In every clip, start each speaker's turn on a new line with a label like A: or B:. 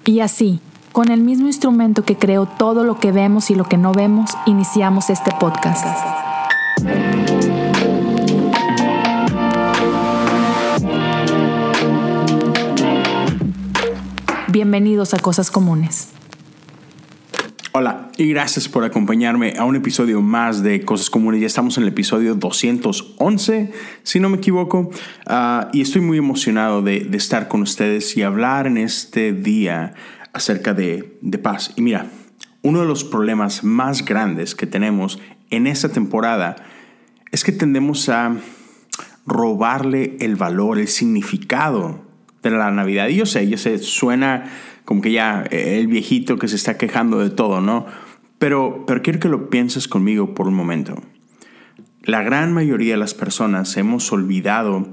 A: Y así, con el mismo instrumento que creó todo lo que vemos y lo que no vemos, iniciamos este podcast. Bienvenidos a Cosas Comunes.
B: Hola y gracias por acompañarme a un episodio más de Cosas Comunes. Ya estamos en el episodio 211, si no me equivoco, y estoy muy emocionado de estar con ustedes y hablar en este día acerca de paz. Y mira, uno de los problemas más grandes que tenemos en esta temporada es que tendemos a robarle el valor, el significado de la Navidad. Y yo sé, suena como que ya el viejito que se está quejando de todo, ¿no? Pero quiero que lo pienses conmigo por un momento. La gran mayoría de las personas hemos olvidado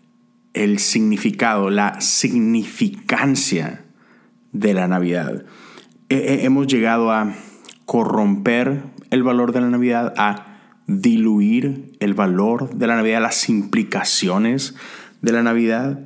B: el significado, la significancia de la Navidad. Hemos llegado a corromper el valor de la Navidad, a diluir el valor de la Navidad, las implicaciones de la Navidad.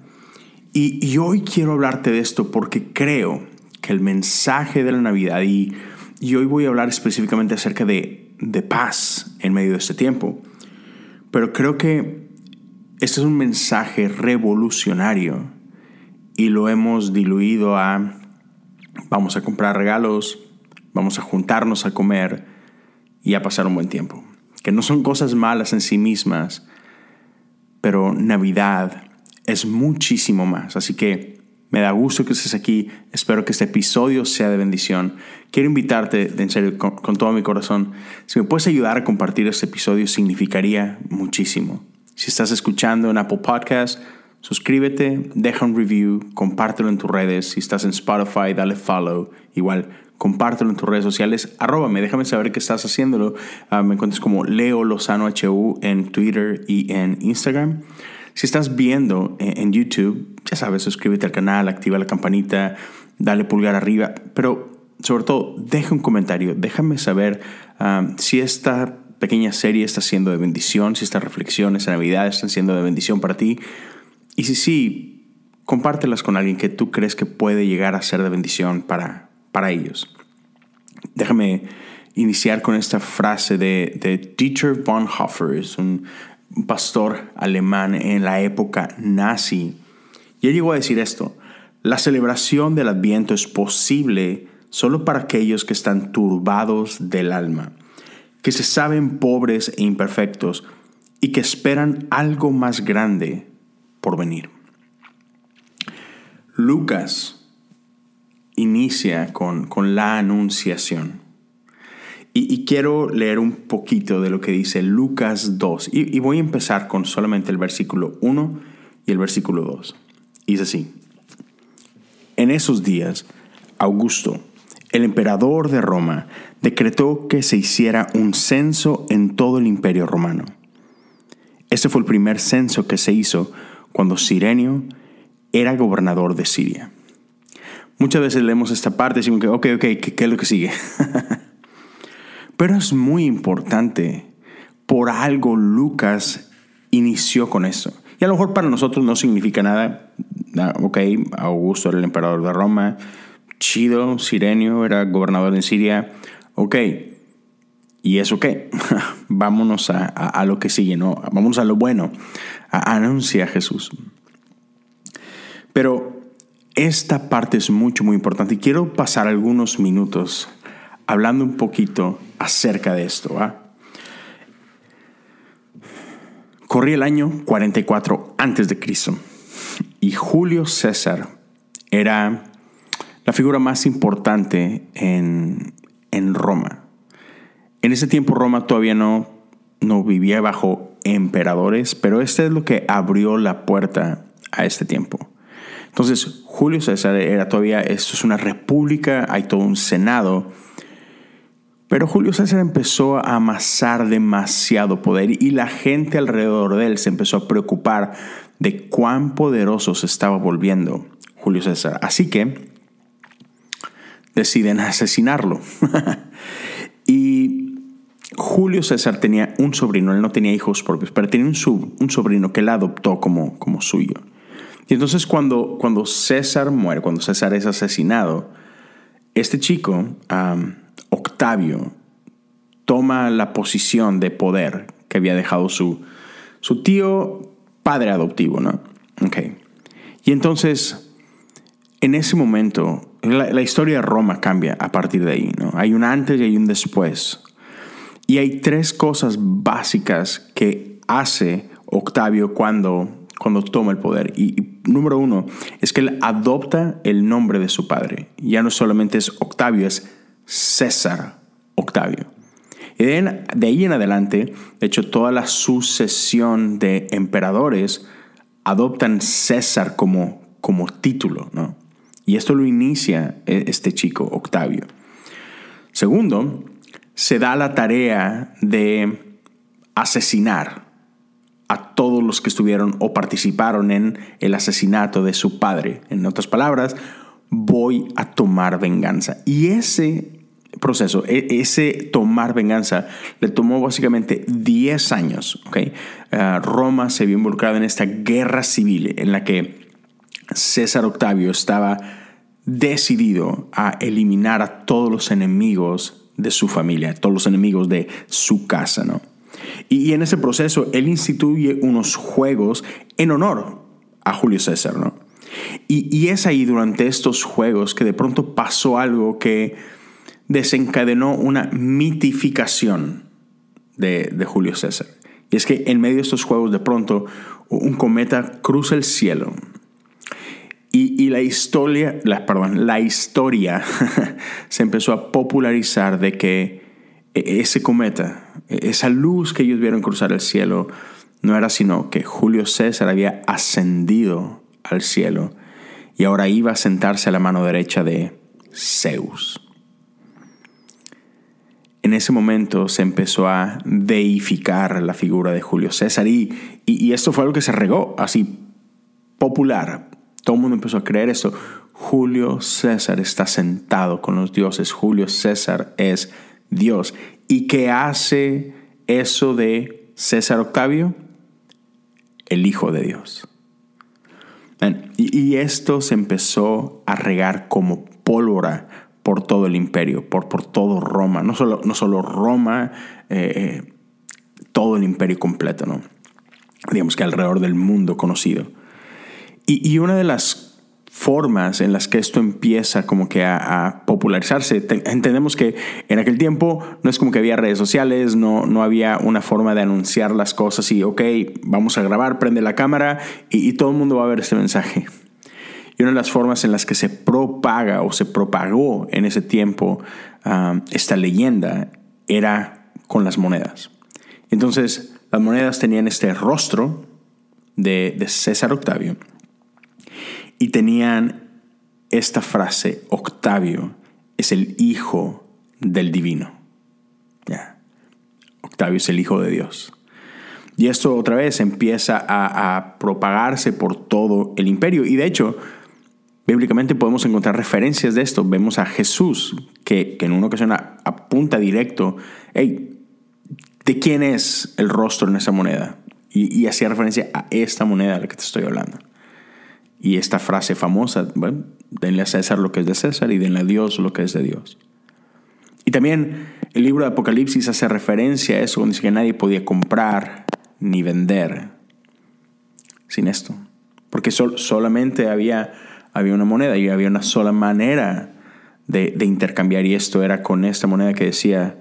B: Y hoy quiero hablarte de esto porque creo que el mensaje de la Navidad, y hoy voy a hablar específicamente acerca de paz en medio de este tiempo, pero creo que este es un mensaje revolucionario y lo hemos diluido a vamos a comprar regalos, vamos a juntarnos a comer y a pasar un buen tiempo, que no son cosas malas en sí mismas, pero Navidad es muchísimo más. Así que me da gusto que estés aquí. Espero que este episodio sea de bendición. Quiero invitarte, en serio, con todo mi corazón. Si me puedes ayudar a compartir este episodio, significaría muchísimo. Si estás escuchando en Apple Podcasts, suscríbete, deja un review, compártelo en tus redes. Si estás en Spotify, dale follow. Igual, compártelo en tus redes sociales. Arróbame, déjame saber que estás haciéndolo. Me encuentras como Leo Lozano HU en Twitter y en Instagram. Si estás viendo en YouTube, ya sabes, suscríbete al canal, activa la campanita, dale pulgar arriba, pero sobre todo, deja un comentario, déjame saber si esta pequeña serie está siendo de bendición, si estas reflexiones de Navidad están siendo de bendición para ti, y si sí, compártelas con alguien que tú crees que puede llegar a ser de bendición para ellos. Déjame iniciar con esta frase de Dietrich Bonhoeffer, es un pastor alemán en la época nazi. Y él llegó a decir esto: la celebración del Adviento es posible solo para aquellos que están turbados del alma, que se saben pobres e imperfectos y que esperan algo más grande por venir. Lucas inicia con la Anunciación. Y quiero leer un poquito de lo que dice Lucas 2. Y voy a empezar con solamente el versículo 1 y el versículo 2. Dice así: en esos días, Augusto, el emperador de Roma, decretó que se hiciera un censo en todo el imperio romano. Este fue el primer censo que se hizo cuando Cirenio era gobernador de Siria. Muchas veces leemos esta parte y decimos que ok, ¿qué es lo que sigue? Pero es muy importante. Por algo Lucas inició con eso. Y a lo mejor para nosotros no significa nada. Ok, Augusto era el emperador de Roma. Chido, Cirenio era gobernador de Siria. Ok, ¿y eso qué? Vámonos a lo que sigue, ¿no? Vámonos a lo bueno. Anuncia a Jesús. Pero esta parte es muy importante. Y quiero pasar algunos minutos hablando un poquito acerca de esto. Corría el año 44 a.C. y Julio César era la figura más importante en Roma. En ese tiempo Roma todavía no vivía bajo emperadores, pero este es lo que abrió la puerta a este tiempo. Entonces Julio César era todavía, esto es una república, hay todo un senado. Pero Julio César empezó a amasar demasiado poder y la gente alrededor de él se empezó a preocupar de cuán poderoso se estaba volviendo Julio César. Así que deciden asesinarlo. Y Julio César tenía un sobrino, él no tenía hijos propios, pero tenía un sobrino que él adoptó como suyo. Y entonces cuando César muere, cuando César es asesinado, este chico, Octavio, toma la posición de poder que había dejado su tío padre adoptivo, ¿no? Okay. Y entonces, en ese momento, la historia de Roma cambia a partir de ahí, ¿no? Hay un antes y hay un después. Y hay 3 cosas básicas que hace Octavio cuando toma el poder. Y número 1 es que él adopta el nombre de su padre. Ya no solamente es Octavio, es César Octavio. Y de ahí en adelante, de hecho, toda la sucesión de emperadores adoptan César como título, ¿no? Y esto lo inicia este chico, Octavio. Segundo, se da la tarea de asesinar a todos los que estuvieron o participaron en el asesinato de su padre. En otras palabras, voy a tomar venganza. Y ese proceso, ese tomar venganza, le tomó básicamente 10 años. ¿Okay? Roma se vio involucrada en esta guerra civil en la que César Octavio estaba decidido a eliminar a todos los enemigos de su familia, a todos los enemigos de su casa, ¿no? Y en ese proceso él instituye unos juegos en honor a Julio César, ¿no? Y es ahí durante estos juegos que de pronto pasó algo que desencadenó una mitificación de Julio César. Y es que en medio de estos juegos de pronto un cometa cruza el cielo. Y la historia se empezó a popularizar de que ese cometa, esa luz que ellos vieron cruzar el cielo, no era sino que Julio César había ascendido al cielo y ahora iba a sentarse a la mano derecha de Zeus. En ese momento se empezó a deificar la figura de Julio César y esto fue algo que se regó así popular. Todo el mundo empezó a creer esto. Julio César está sentado con los dioses. Julio César es Dios. ¿Y qué hace eso de César Octavio? El Hijo de Dios. Y esto se empezó a regar como pólvora por todo el imperio, por todo Roma. No solo Roma, todo el imperio completo, ¿no? Digamos que alrededor del mundo conocido. Y una de las formas en las que esto empieza como que a popularizarse, entendemos que en aquel tiempo no es como que había redes sociales, no había una forma de anunciar las cosas y ok, vamos a grabar, prende la cámara y todo el mundo va a ver este mensaje. Y una de las formas en las que se propaga o se propagó en ese tiempo esta leyenda era con las monedas. Entonces las monedas tenían este rostro de César Octavio. Y tenían esta frase: Octavio es el hijo del divino. Yeah. Octavio es el hijo de Dios. Y esto otra vez empieza a propagarse por todo el imperio. Y de hecho, bíblicamente podemos encontrar referencias de esto. Vemos a Jesús que en una ocasión apunta directo: hey, ¿de quién es el rostro en esa moneda? Y hacía referencia a esta moneda de la que te estoy hablando. Y esta frase famosa, bueno, denle a César lo que es de César y denle a Dios lo que es de Dios. Y también el libro de Apocalipsis hace referencia a eso, cuando dice que nadie podía comprar ni vender sin esto. Porque solamente había una moneda y había una sola manera de intercambiar. Y esto era con esta moneda que decía,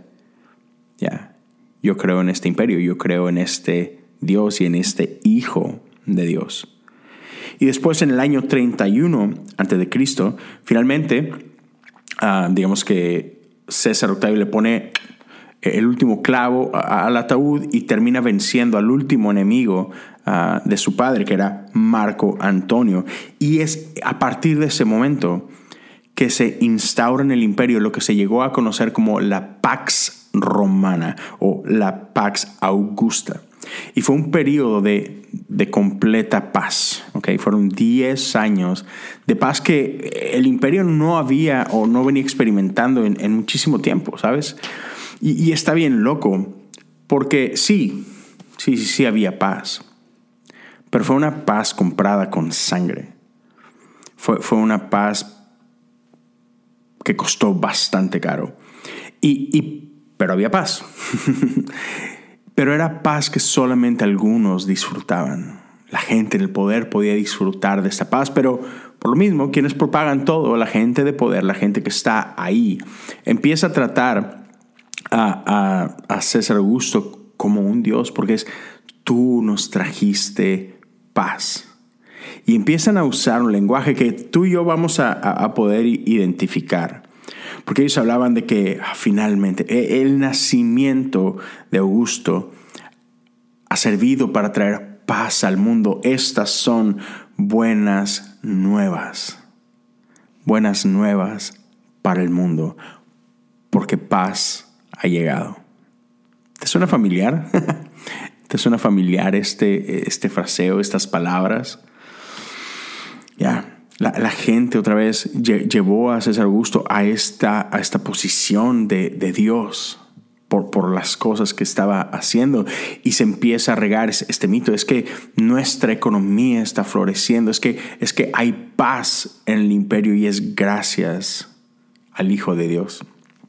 B: yo creo en este imperio, yo creo en este Dios y en este Hijo de Dios. Y después en el año 31 a.C., finalmente, digamos que César Octavio le pone el último clavo al ataúd y termina venciendo al último enemigo de su padre, que era Marco Antonio. Y es a partir de ese momento que se instaura en el imperio lo que se llegó a conocer como la Pax Romana o la Pax Augusta. Y fue un periodo de completa paz. ¿Okay? Fueron 10 años de paz que el imperio no había o no venía experimentando en muchísimo tiempo, ¿sabes? Y está bien loco, porque sí había paz. pero fue una paz comprada con sangre. Fue una paz que costó bastante caro. Pero había paz. Pero era paz que solamente algunos disfrutaban. La gente en el poder podía disfrutar de esta paz, pero por lo mismo, quienes propagan todo, la gente de poder, la gente que está ahí, empieza a tratar a César Augusto como un dios, porque es: tú nos trajiste paz. Y empiezan a usar un lenguaje que tú y yo vamos a poder identificar. Porque ellos hablaban de que finalmente el nacimiento de Augusto ha servido para traer paz al mundo. Estas son buenas nuevas. Buenas nuevas para el mundo. Porque paz ha llegado. ¿Te suena familiar? ¿Te suena familiar este fraseo, estas palabras? Ya. La gente otra vez llevó a César Augusto a esta posición de Dios por las cosas que estaba haciendo, y se empieza a regar este mito. Es que nuestra economía está floreciendo, es que hay paz en el imperio, y es gracias al Hijo de Dios.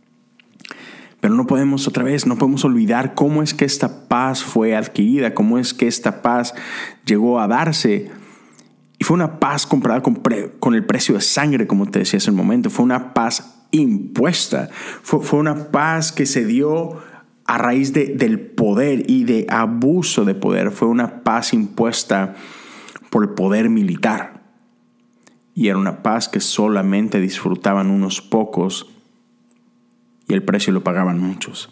B: Pero no podemos olvidar cómo es que esta paz fue adquirida, cómo es que esta paz llegó a darse. Y fue una paz comprada con el precio de sangre, como te decía hace un momento. Fue una paz impuesta. Fue una paz que se dio a raíz del poder y de abuso de poder. Fue una paz impuesta por el poder militar. Y era una paz que solamente disfrutaban unos pocos, y el precio lo pagaban muchos.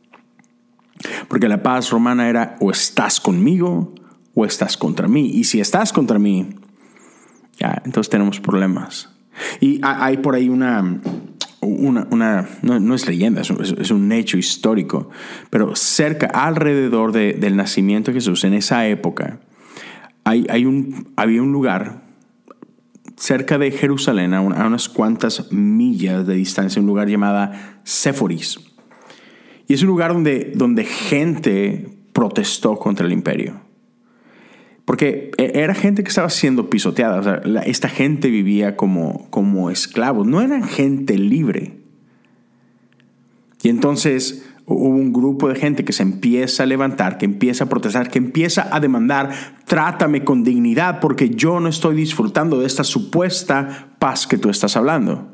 B: Porque la paz romana era: o estás conmigo o estás contra mí. Y si estás contra mí, ya, entonces tenemos problemas. Y hay por ahí no es leyenda, es un hecho histórico, pero alrededor del nacimiento de Jesús, en esa época, había un lugar cerca de Jerusalén, a unas cuantas millas de distancia, un lugar llamado Séforis. Y es un lugar donde gente protestó contra el imperio. Porque era gente que estaba siendo pisoteada. O sea, esta gente vivía como esclavos. No eran gente libre. Y entonces hubo un grupo de gente que se empieza a levantar, que empieza a protestar, que empieza a demandar: trátame con dignidad, porque yo no estoy disfrutando de esta supuesta paz que tú estás hablando.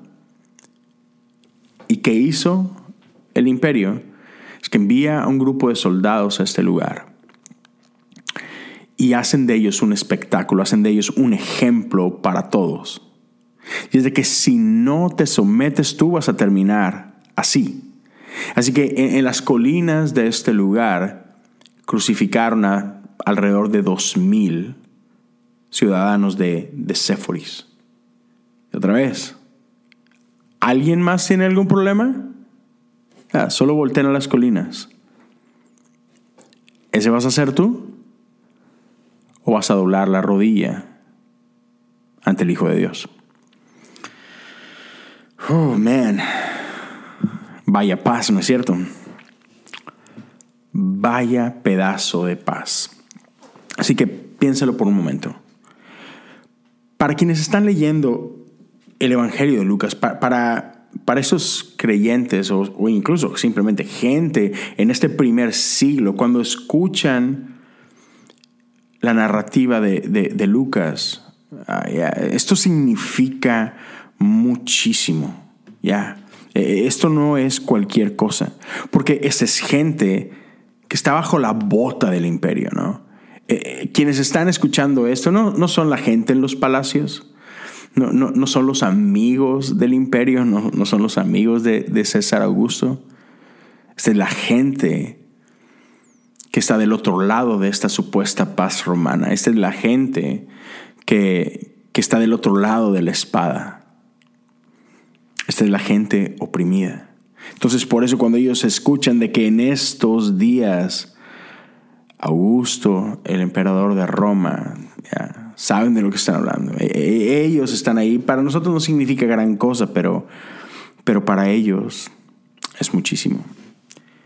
B: ¿Y qué hizo el imperio? Es que envía a un grupo de soldados a este lugar. Y hacen de ellos un espectáculo, hacen de ellos un ejemplo para todos. Y es de que si no te sometes, tú vas a terminar así. Así que en las colinas de este lugar crucificaron a alrededor de 2,000 ciudadanos de Séforis. Y otra vez, ¿alguien más tiene algún problema? Solo volteen a las colinas. ¿Ese vas a ser tú? ¿O vas a doblar la rodilla ante el Hijo de Dios? Oh, man. Vaya paz, ¿no es cierto? Vaya pedazo de paz. Así que piénsalo por un momento. Para quienes están leyendo el Evangelio de Lucas, para esos creyentes o incluso simplemente gente en este primer siglo, cuando escuchan la narrativa de Lucas, esto significa muchísimo. Esto no es cualquier cosa, porque esta es gente que está bajo la bota del imperio, ¿no? Quienes están escuchando esto no son la gente en los palacios, no son los amigos del imperio, no son los amigos de César Augusto. Esta es la gente que está del otro lado de esta supuesta paz romana. Esta es la gente que está del otro lado de la espada. Esta es la gente oprimida. Entonces, por eso cuando ellos escuchan de que en estos días Augusto, el emperador de Roma, saben de lo que están hablando. Ellos están ahí. Para nosotros no significa gran cosa, pero para ellos es muchísimo.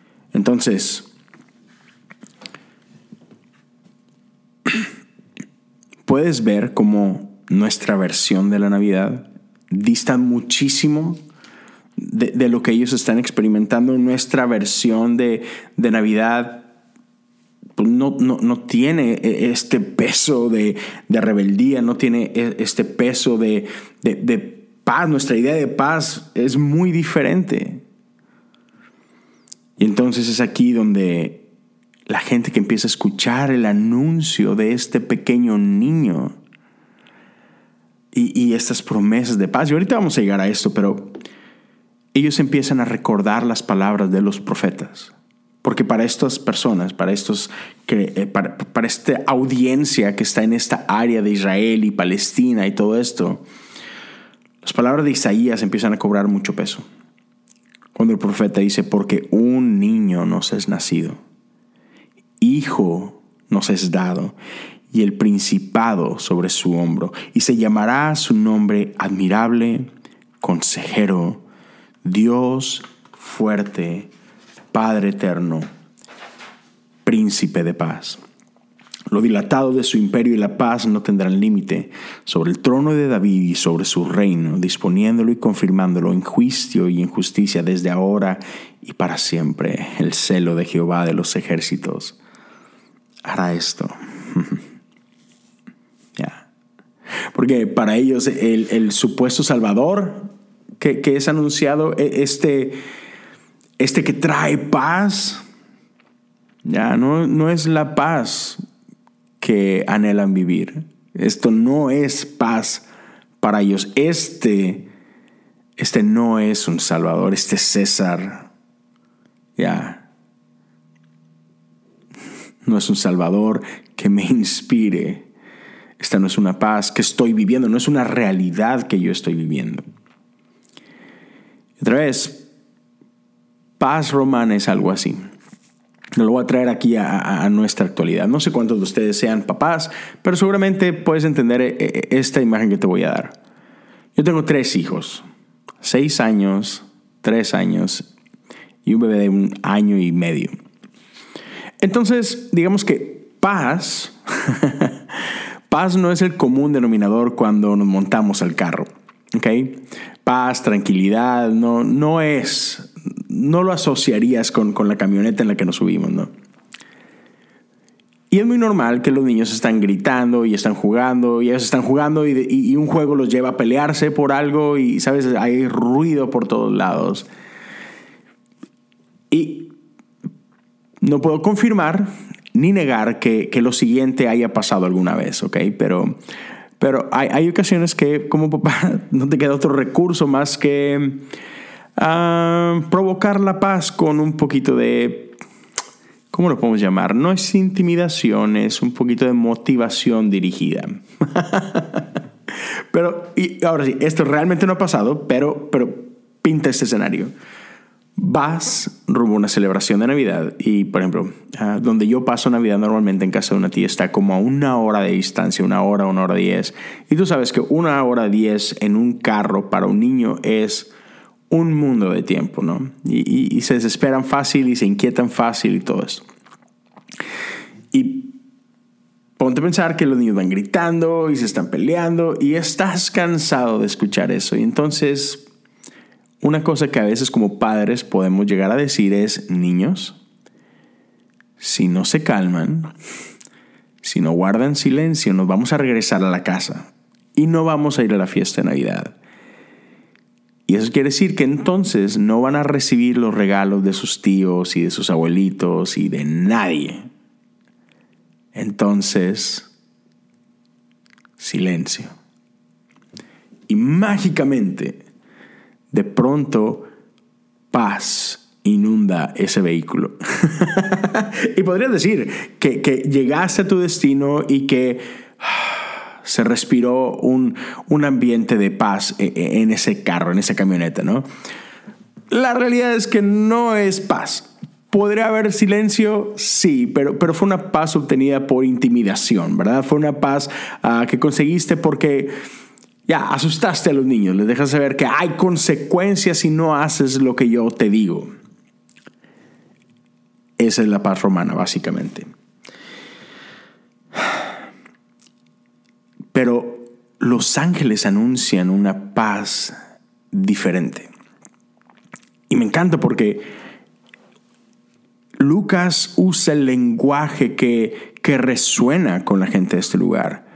B: Entonces, puedes ver cómo nuestra versión de la Navidad dista muchísimo de lo que ellos están experimentando. Nuestra versión de Navidad pues no tiene este peso de rebeldía, no tiene este peso de paz. Nuestra idea de paz es muy diferente. Y entonces es aquí donde la gente que empieza a escuchar el anuncio de este pequeño niño y estas promesas de paz. Y ahorita vamos a llegar a esto, pero ellos empiezan a recordar las palabras de los profetas. Porque para estas personas, para esta audiencia que está en esta área de Israel y Palestina y todo esto, las palabras de Isaías empiezan a cobrar mucho peso. Cuando el profeta dice, porque un niño nos es nacido, hijo nos es dado, y el principado sobre su hombro, y se llamará su nombre admirable, consejero, Dios fuerte, Padre eterno, príncipe de paz. Lo dilatado de su imperio y la paz no tendrán límite sobre el trono de David y sobre su reino, disponiéndolo y confirmándolo en juicio y en justicia desde ahora y para siempre. El celo de Jehová de los ejércitos hará esto. Yeah. Porque para ellos el supuesto Salvador que es anunciado, este que trae paz, ya no es la paz que anhelan vivir. Esto no es paz para ellos. Este no es un Salvador, este César, ya no es un Salvador que me inspire. Esta no es una paz que estoy viviendo, no es una realidad que yo estoy viviendo. Otra vez, paz romana es algo así. Lo voy a traer aquí a nuestra actualidad. No sé cuántos de ustedes sean papás, pero seguramente puedes entender esta imagen que te voy a dar. Yo tengo 3 hijos, 6 años, 3 años y un bebé de 1 año y medio. Entonces, digamos que paz, paz no es el común denominador cuando nos montamos al carro. ¿Okay? Paz, tranquilidad, no lo asociarías con la camioneta en la que nos subimos, ¿no? Y es muy normal que los niños están gritando y están jugando, y ellos están jugando y un juego los lleva a pelearse por algo y, ¿sabes? Hay ruido por todos lados. Y no puedo confirmar ni negar que lo siguiente haya pasado alguna vez, ¿ok? Pero hay ocasiones que como papá no te queda otro recurso más que provocar la paz con un poquito de, ¿cómo lo podemos llamar? No es intimidación, es un poquito de motivación dirigida. Y ahora sí, esto realmente no ha pasado, pero pinta este escenario. Vas rumbo a una celebración de Navidad y, por ejemplo, donde yo paso Navidad normalmente en casa de una tía está como a 1 hora de distancia, 1 hora, 1 hora 10. Y tú sabes que 1 hora 10 en un carro para un niño es un mundo de tiempo, ¿no? Y se desesperan fácil y se inquietan fácil y todo eso. Y ponte a pensar que los niños van gritando y se están peleando y estás cansado de escuchar eso. Y entonces, una cosa que a veces como padres podemos llegar a decir es: niños, si no se calman, si no guardan silencio, nos vamos a regresar a la casa y no vamos a ir a la fiesta de Navidad. Y eso quiere decir que entonces no van a recibir los regalos de sus tíos y de sus abuelitos y de nadie. Entonces, silencio. Y mágicamente, de pronto, paz inunda ese vehículo. Y podrías decir que llegaste a tu destino y que se respiró un ambiente de paz en ese carro, en esa camioneta, ¿no? La realidad es que no es paz. ¿Podría haber silencio? Sí, pero fue una paz obtenida por intimidación, ¿verdad? Fue una paz que conseguiste porque ya asustaste a los niños. Les dejas saber que hay consecuencias si no haces lo que yo te digo. Esa es la paz romana, básicamente. Pero los ángeles anuncian una paz diferente. Y me encanta porque Lucas usa el lenguaje que resuena con la gente de este lugar.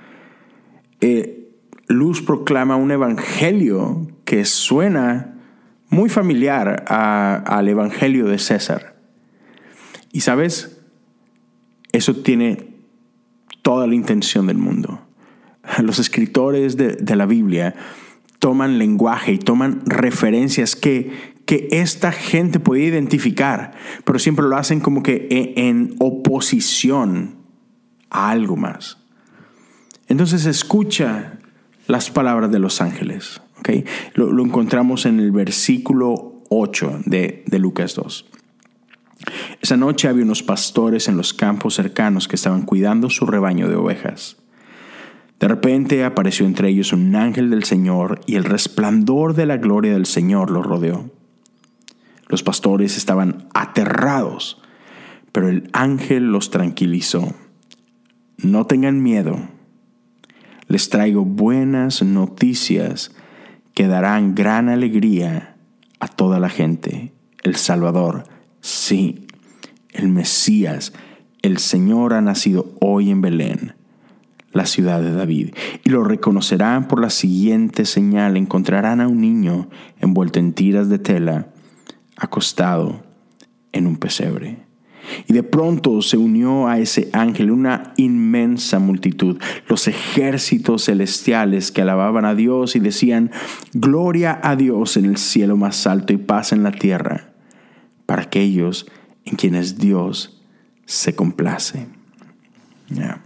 B: Luz proclama un evangelio que suena muy familiar al evangelio de César. Y sabes, eso tiene toda la intención del mundo. Los escritores de la Biblia toman lenguaje y toman referencias que esta gente puede identificar, pero siempre lo hacen como que en oposición a algo más. Entonces escucha las palabras de los ángeles. ¿Okay? Lo encontramos en el versículo 8 de Lucas 2. Esa noche había unos pastores en los campos cercanos que estaban cuidando su rebaño de ovejas. De repente apareció entre ellos un ángel del Señor y el resplandor de la gloria del Señor los rodeó. Los pastores estaban aterrados, pero el ángel los tranquilizó. No tengan miedo. Les traigo buenas noticias que darán gran alegría a toda la gente. El Salvador, sí, el Mesías, el Señor ha nacido hoy en Belén, la ciudad de David, y lo reconocerán por la siguiente señal: encontrarán a un niño envuelto en tiras de tela, acostado en un pesebre. Y de pronto se unió a ese ángel una inmensa multitud, los ejércitos celestiales que alababan a Dios y decían: gloria a Dios en el cielo más alto y paz en la tierra para aquellos en quienes Dios se complace. Yeah.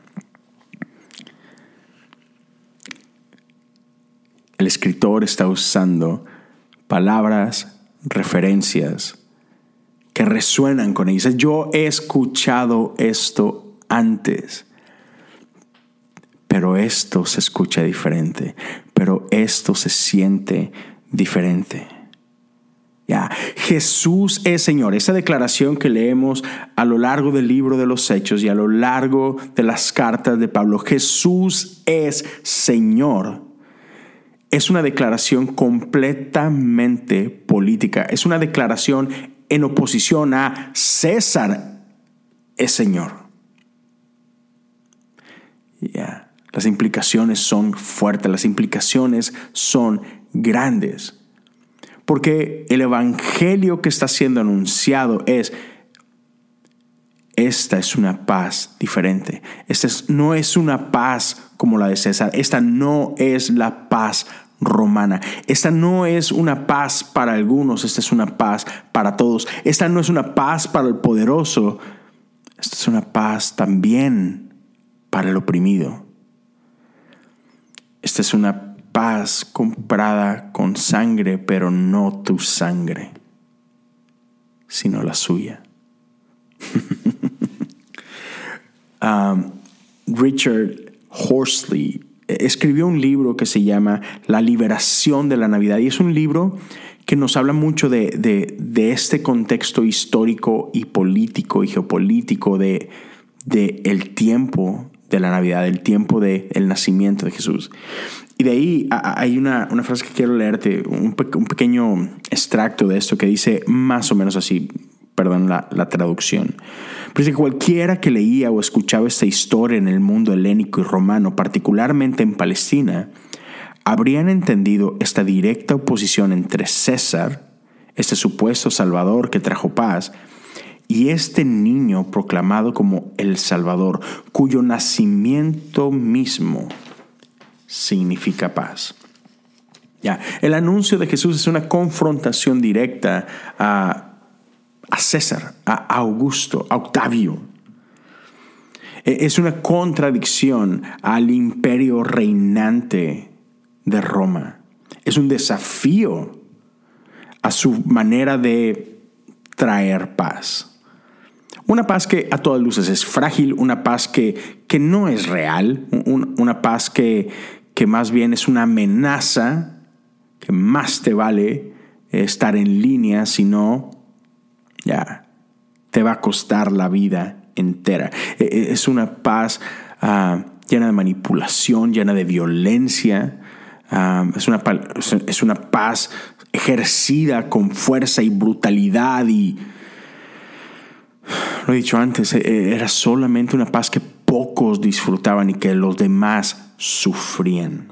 B: El escritor está usando palabras, referencias que resuenan con ellos. Yo he escuchado esto antes, pero esto se escucha diferente, pero esto se siente diferente. Ya, Jesús es Señor. Esa declaración que leemos a lo largo del libro de los Hechos y a lo largo de las cartas de Pablo, Jesús es Señor, es una declaración completamente política. Es una declaración en oposición a César es Señor. Yeah. Las implicaciones son fuertes, las implicaciones son grandes. Porque el evangelio que está siendo anunciado es: esta es una paz diferente. No es una paz como la de César. Esta no es la paz romana. Esta no es una paz para algunos. Esta es una paz para todos. Esta no es una paz para el poderoso. Esta es una paz también para el oprimido. Esta es una paz comprada con sangre, pero no tu sangre, sino la suya. Richard Horsley escribió un libro que se llama La liberación de la Navidad, y es un libro que nos habla mucho de este contexto histórico y político y geopolítico de el tiempo de la Navidad, el tiempo del nacimiento de Jesús. Y de ahí hay una frase que quiero leerte, un pequeño extracto de esto que dice más o menos así, perdón la traducción. Pero dice que cualquiera que leía o escuchaba esta historia en el mundo helénico y romano, particularmente en Palestina, habrían entendido esta directa oposición entre César, este supuesto Salvador que trajo paz, y este niño proclamado como el Salvador, cuyo nacimiento mismo significa paz. Ya, el anuncio de Jesús es una confrontación directa a César, a Augusto, a Octavio. Es una contradicción al imperio reinante de Roma. Es un desafío a su manera de traer paz. Una paz que a todas luces es frágil, una paz que no es real, una paz que más bien es una amenaza, que más te vale estar en línea, si no, ya te va a costar la vida entera. Es una paz llena de manipulación, llena de violencia. Es una paz ejercida con fuerza y brutalidad, y lo he dicho antes, era solamente una paz que pocos disfrutaban y que los demás sufrían.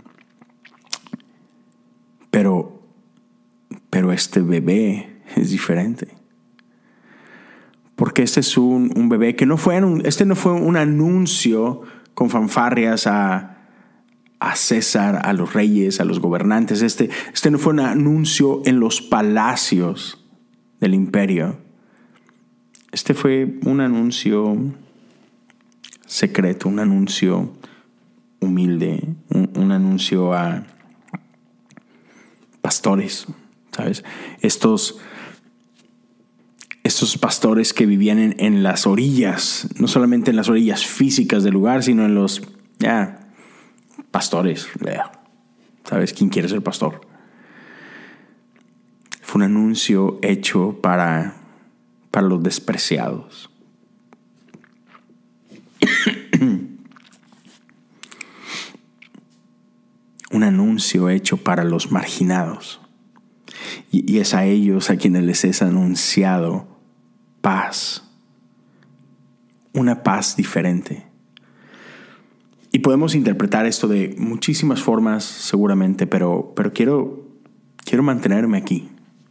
B: Pero este bebé es diferente. Porque este es un bebé que no fue un anuncio con fanfarrias a César, a los reyes, a los gobernantes. Este no fue un anuncio en los palacios del imperio. Este fue un anuncio secreto, un anuncio humilde, un anuncio a pastores, ¿sabes? Estos pastores que vivían en las orillas, no solamente en las orillas físicas del lugar, sino en los pastores. ¿Sabes quién quiere ser pastor? Fue un anuncio hecho para los despreciados. Un anuncio hecho para los marginados. Y es a ellos a quienes les es anunciado paz. Una paz diferente. Y podemos interpretar esto de muchísimas formas, seguramente, pero quiero mantenerme aquí.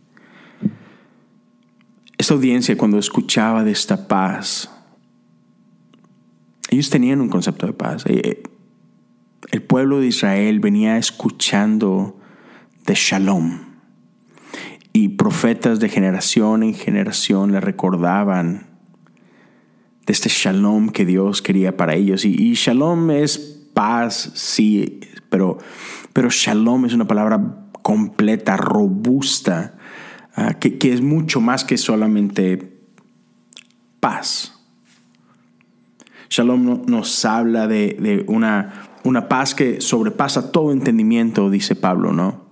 B: Esta audiencia, cuando escuchaba de esta paz, ellos tenían un concepto de paz. El pueblo de Israel venía escuchando de Shalom. Y profetas de generación en generación le recordaban de este Shalom que Dios quería para ellos. Y Shalom es paz, sí, pero Shalom es una palabra completa, robusta, que es mucho más que solamente paz. Shalom nos habla de una paz que sobrepasa todo entendimiento, dice Pablo, ¿no?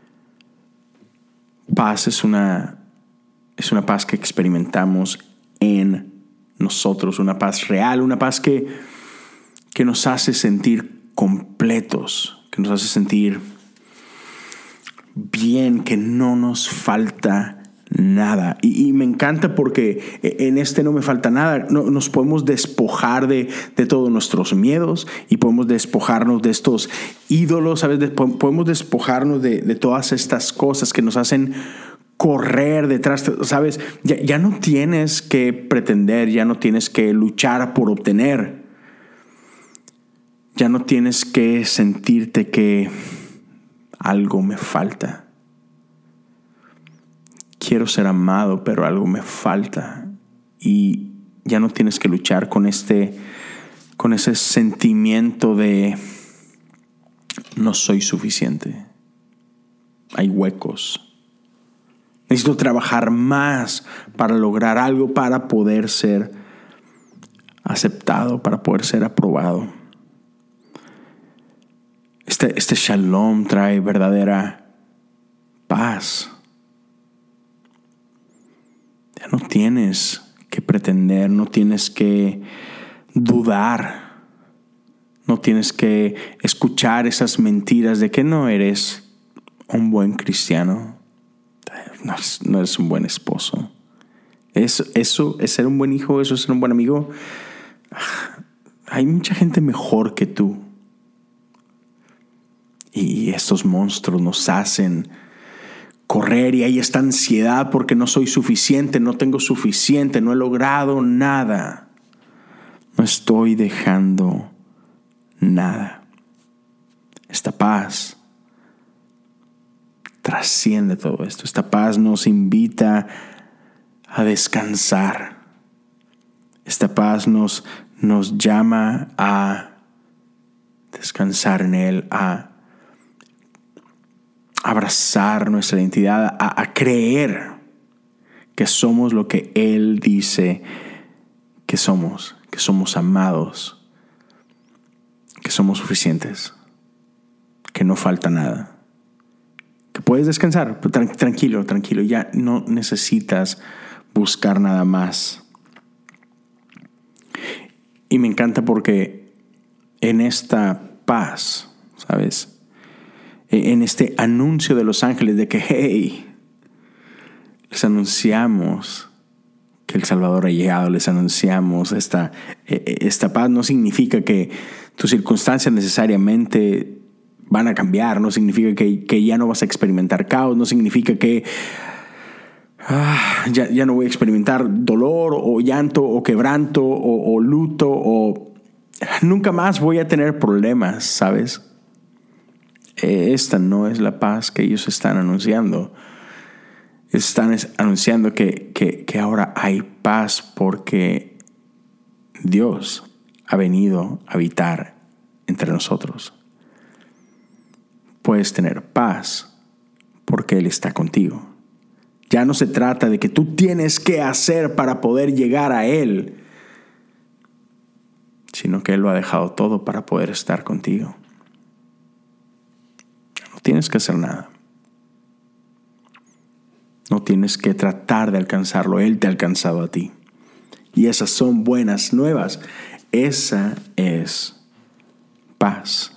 B: Paz es una paz que experimentamos en nosotros, una paz real, una paz que nos hace sentir completos, que nos hace sentir bien, que no nos falta nada. Y me encanta porque en este no me falta nada. Nos podemos despojar de todos nuestros miedos y podemos despojarnos de estos ídolos, ¿sabes? Podemos despojarnos de todas estas cosas que nos hacen correr detrás, ¿sabes? Ya no tienes que pretender, ya no tienes que luchar por obtener. Ya no tienes que sentirte que algo me falta. Quiero ser amado, pero algo me falta. Y ya no tienes que luchar con ese sentimiento de no soy suficiente. Hay huecos. Necesito trabajar más para lograr algo, para poder ser aceptado, para poder ser aprobado. Este Shalom trae verdadera paz. Ya no tienes que pretender, no tienes que dudar, no tienes que escuchar esas mentiras de que no eres un buen cristiano, no eres un buen esposo. Eso es ser un buen hijo, eso es ser un buen amigo. Hay mucha gente mejor que tú. Y estos monstruos nos hacen correr, y hay esta ansiedad porque no soy suficiente, no tengo suficiente, no he logrado nada, no estoy dejando nada. Esta paz trasciende todo esto. Esta paz nos invita a descansar. Esta paz nos llama a descansar en Él, a abrazar nuestra identidad, a creer que somos lo que Él dice que somos amados, que somos suficientes, que no falta nada, que puedes descansar, tranquilo, ya no necesitas buscar nada más. Y me encanta porque en esta paz, ¿sabes? En este anuncio de los ángeles de que, hey, les anunciamos que el Salvador ha llegado, les anunciamos esta paz. No significa que tus circunstancias necesariamente van a cambiar, no significa que ya no vas a experimentar caos, no significa que ya no voy a experimentar dolor o llanto o quebranto o luto o nunca más voy a tener problemas, ¿sabes? Esta no es la paz que ellos están anunciando. Están anunciando que ahora hay paz porque Dios ha venido a habitar entre nosotros. Puedes tener paz porque Él está contigo. Ya no se trata de que tú tienes que hacer para poder llegar a Él, sino que Él lo ha dejado todo para poder estar contigo. No tienes que hacer nada. No tienes que tratar de alcanzarlo. Él te ha alcanzado a ti. Y esas son buenas nuevas. Esa es paz.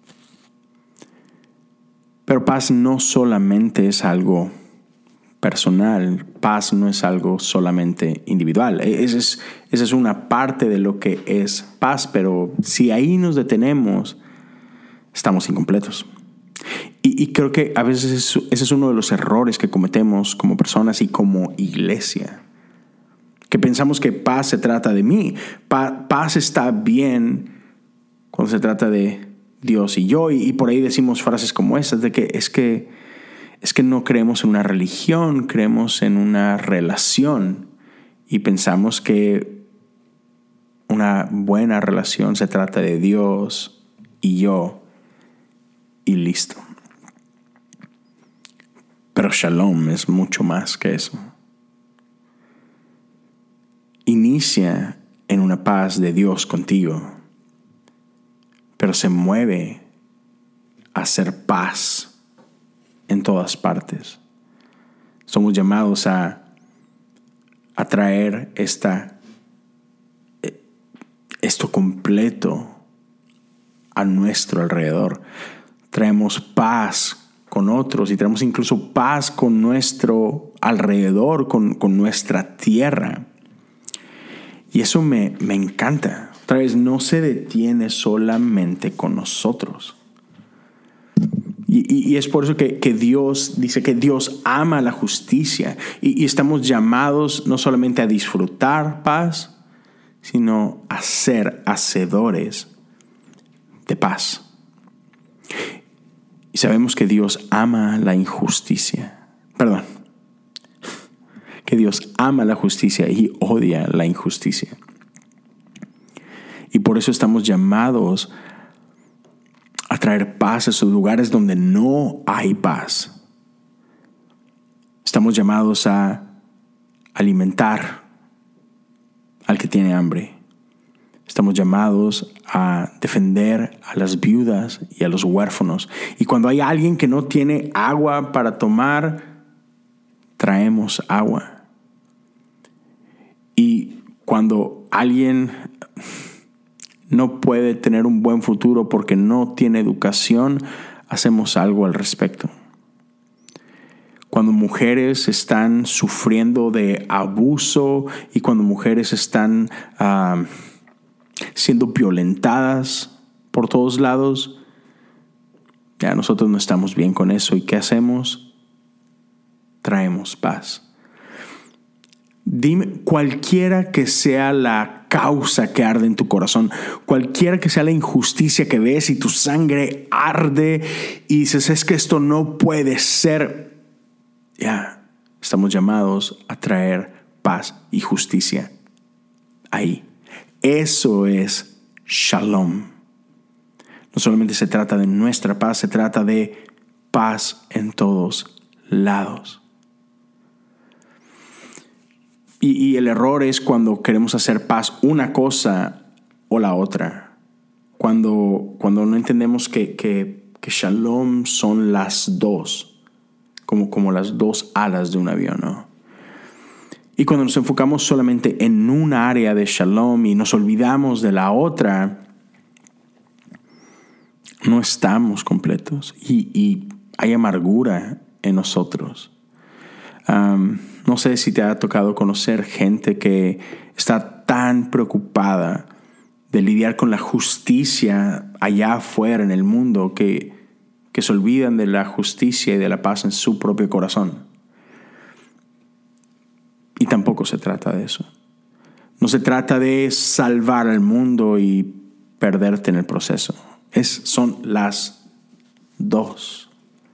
B: Pero paz no solamente es algo personal. Paz no es algo solamente individual. Esa es una parte de lo que es paz. Pero si ahí nos detenemos, estamos incompletos. Y creo que a veces ese es uno de los errores que cometemos como personas y como iglesia. Que pensamos que paz se trata de mí. Paz está bien cuando se trata de Dios y yo. Y por ahí decimos frases como esas de que es que no creemos en una religión, creemos en una relación. Y pensamos que una buena relación se trata de Dios y yo y listo. Pero Shalom es mucho más que eso. Inicia en una paz de Dios contigo, pero se mueve a hacer paz en todas partes. Somos llamados a traer esto completo a nuestro alrededor. Traemos paz con otros y tenemos incluso paz con nuestro alrededor, con nuestra tierra. Y eso me encanta. Otra vez, no se detiene solamente con nosotros. Y es por eso que Dios dice que Dios ama la justicia. Y estamos llamados no solamente a disfrutar paz, sino a ser hacedores de paz. Y sabemos que Dios ama la injusticia. Que Dios ama la justicia y odia la injusticia. Y por eso estamos llamados a traer paz a esos lugares donde no hay paz. Estamos llamados a alimentar al que tiene hambre. Estamos llamados a defender a las viudas y a los huérfanos. Y cuando hay alguien que no tiene agua para tomar, traemos agua. Y cuando alguien no puede tener un buen futuro porque no tiene educación, hacemos algo al respecto. Cuando mujeres están sufriendo de abuso y cuando mujeres están siendo violentadas por todos lados, ya nosotros no estamos bien con eso. ¿Y qué hacemos? Traemos paz. Dime, cualquiera que sea la causa que arde en tu corazón, cualquiera que sea la injusticia que ves y tu sangre arde y dices, es que esto no puede ser. Ya, estamos llamados a traer paz y justicia ahí. Eso es Shalom. No solamente se trata de nuestra paz, se trata de paz en todos lados. Y el error es cuando queremos hacer paz una cosa o la otra. Cuando no entendemos que Shalom son las dos, como las dos alas de un avión, ¿no? Y cuando nos enfocamos solamente en un área de Shalom y nos olvidamos de la otra, no estamos completos y hay amargura en nosotros. No sé si te ha tocado conocer gente que está tan preocupada de lidiar con la justicia allá afuera en el mundo que se olvidan de la justicia y de la paz en su propio corazón. Y tampoco se trata de eso. No se trata de salvar al mundo y perderte en el proceso. Son las dos.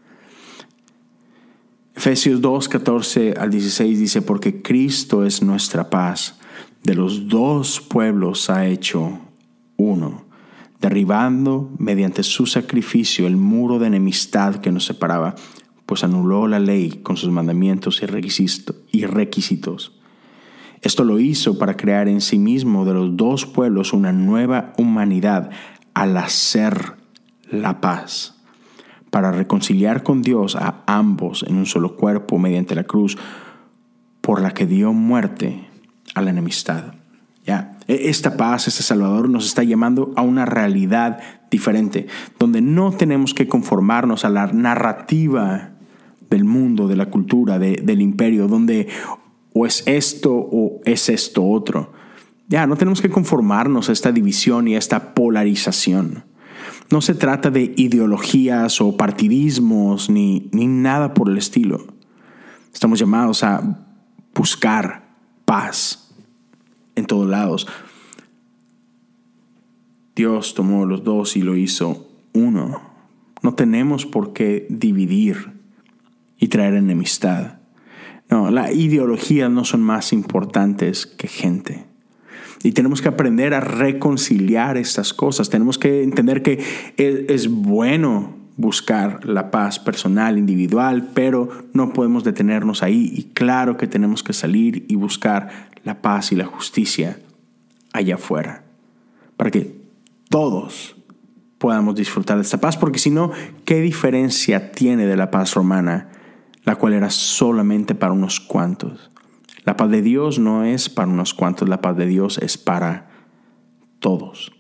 B: Efesios 2, 14 al 16 dice: porque Cristo es nuestra paz. De los dos pueblos ha hecho uno, derribando mediante su sacrificio el muro de enemistad que nos separaba, pues anuló la ley con sus mandamientos y requisitos. Esto lo hizo para crear en sí mismo de los dos pueblos una nueva humanidad al hacer la paz, para reconciliar con Dios a ambos en un solo cuerpo mediante la cruz, por la que dio muerte a la enemistad. Esta paz, este Salvador nos está llamando a una realidad diferente, donde no tenemos que conformarnos a la narrativa del mundo, de la cultura, del imperio, donde o es esto o es esto otro. No tenemos que conformarnos a esta división y a esta polarización. No se trata de ideologías o partidismos ni nada por el estilo. Estamos llamados a buscar paz en todos lados. Dios tomó los dos y lo hizo uno. No tenemos por qué dividir y traer enemistad. No, las ideologías no son más importantes que gente. Y tenemos que aprender a reconciliar estas cosas. Tenemos que entender que es bueno buscar la paz personal, individual, pero no podemos detenernos ahí. Y claro que tenemos que salir y buscar la paz y la justicia allá afuera, para que todos podamos disfrutar de esta paz. Porque si no, ¿qué diferencia tiene de la paz romana, la cual era solamente para unos cuantos? La paz de Dios no es para unos cuantos, la paz de Dios es para todos.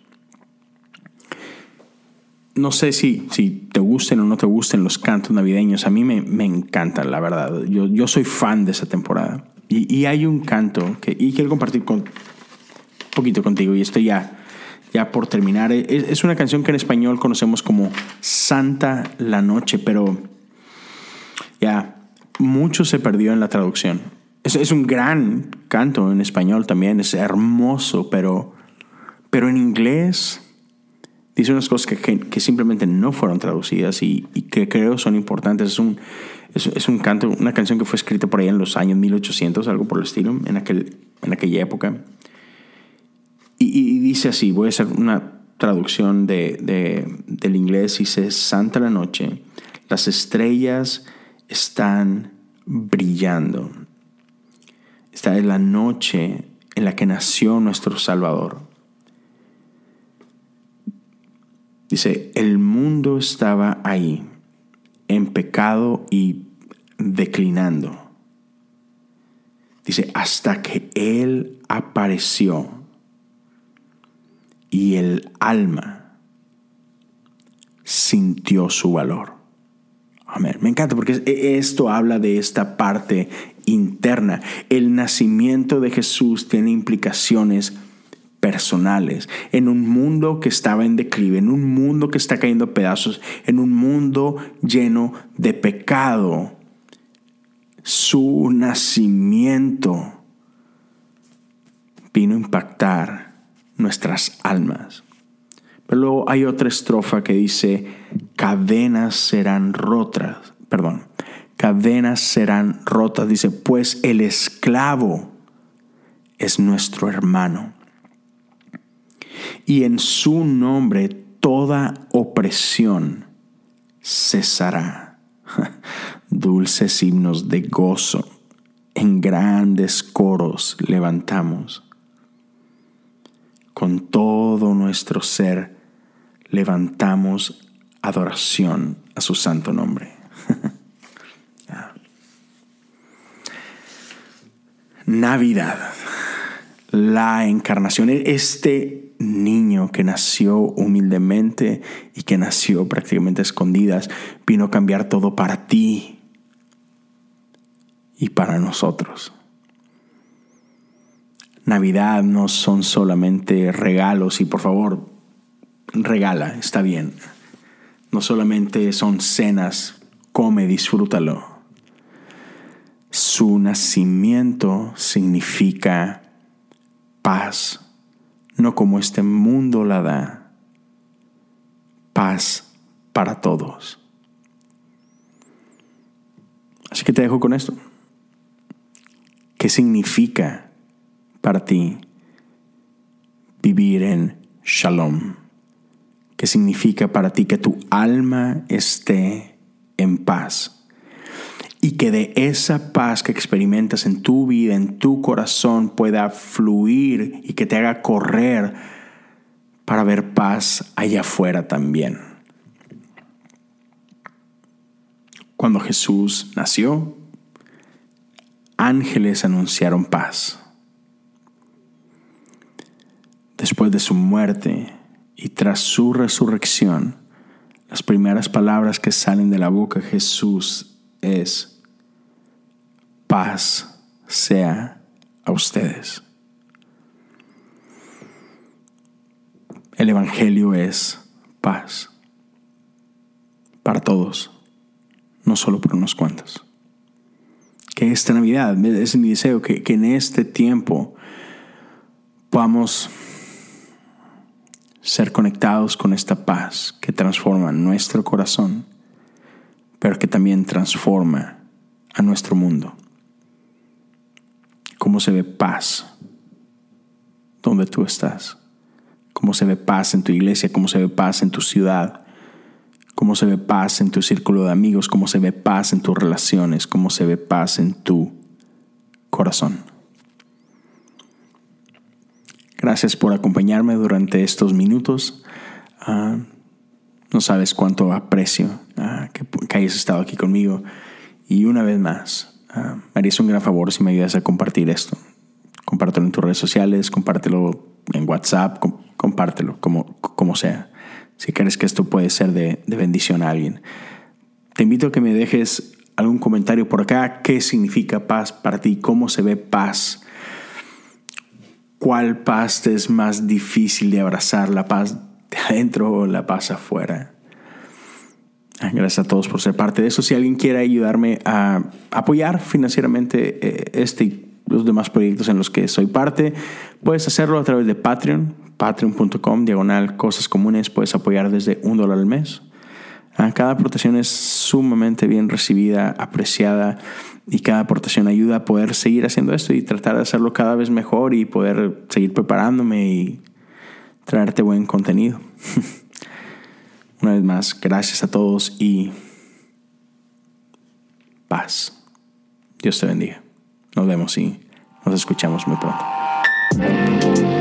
B: No sé si te gusten o no te gusten los cantos navideños. A mí me encantan, la verdad. Yo soy fan de esa temporada. Y hay un canto y quiero compartir un poquito contigo, y esto ya por terminar. Es una canción que en español conocemos como Santa la Noche, pero mucho se perdió en la traducción. Es un gran canto en español también, es hermoso, pero en inglés dice unas cosas que simplemente no fueron traducidas y que creo son importantes. Es un canto, una canción que fue escrita por ahí en los años 1800, algo por el estilo, en aquella época. Y dice así, voy a hacer una traducción del inglés. Dice: Santa la noche, las estrellas están brillando. Esta es la noche en la que nació nuestro Salvador. Dice: el mundo estaba ahí, en pecado y declinando. Dice: hasta que Él apareció y el alma sintió su valor. Amén. Me encanta porque esto habla de esta parte interna. El nacimiento de Jesús tiene implicaciones personales en un mundo que estaba en declive, en un mundo que está cayendo a pedazos, en un mundo lleno de pecado. Su nacimiento vino a impactar nuestras almas. Pero luego hay otra estrofa que dice: cadenas serán rotas. Dice: pues el esclavo es nuestro hermano, y en su nombre toda opresión cesará. Dulces himnos de gozo en grandes coros levantamos. Con todo nuestro ser levantamos adoración a su santo nombre. Navidad, la encarnación. Este niño que nació humildemente y que nació prácticamente a escondidas, vino a cambiar todo para ti y para nosotros. Navidad no son solamente regalos, y por favor, regala, está bien. No solamente son cenas, come, disfrútalo. Su nacimiento significa paz, no como este mundo la da. Paz para todos. Así que te dejo con esto. ¿Qué significa para ti vivir en Shalom? ¿Qué significa para ti que tu alma esté en paz? Y que de esa paz que experimentas en tu vida, en tu corazón, pueda fluir y que te haga correr para ver paz allá afuera también. Cuando Jesús nació, ángeles anunciaron paz. Después de su muerte y tras su resurrección, las primeras palabras que salen de la boca de Jesús es: paz sea a ustedes. El Evangelio es paz para todos, no solo para unos cuantos. Que esta Navidad, es mi deseo, que en este tiempo podamos ser conectados con esta paz que transforma nuestro corazón, pero que también transforma a nuestro mundo. ¿Cómo se ve paz donde tú estás? ¿Cómo se ve paz en tu iglesia? ¿Cómo se ve paz en tu ciudad? ¿Cómo se ve paz en tu círculo de amigos? ¿Cómo se ve paz en tus relaciones? ¿Cómo se ve paz en tu corazón? Gracias por acompañarme durante estos minutos. No sabes cuánto aprecio que hayas estado aquí conmigo. Y una vez más, me harías un gran favor si me ayudas a compartir esto. Compártelo en tus redes sociales, compártelo en WhatsApp, compártelo como sea. Si crees que esto puede ser de bendición a alguien. Te invito a que me dejes algún comentario por acá. ¿Qué significa paz para ti? ¿Cómo se ve paz? ¿Cuál paz te es más difícil de abrazar? ¿La paz de adentro o la paz afuera? Gracias a todos por ser parte de eso. Si alguien quiere ayudarme a apoyar financieramente este y los demás proyectos en los que soy parte, puedes hacerlo a través de Patreon, patreon.com/cosas comunes. Puedes apoyar desde $1 al mes. Cada aportación es sumamente bien recibida, apreciada, y cada aportación ayuda a poder seguir haciendo esto y tratar de hacerlo cada vez mejor y poder seguir preparándome y traerte buen contenido. Una vez más, gracias a todos y paz. Dios te bendiga. Nos vemos y nos escuchamos muy pronto.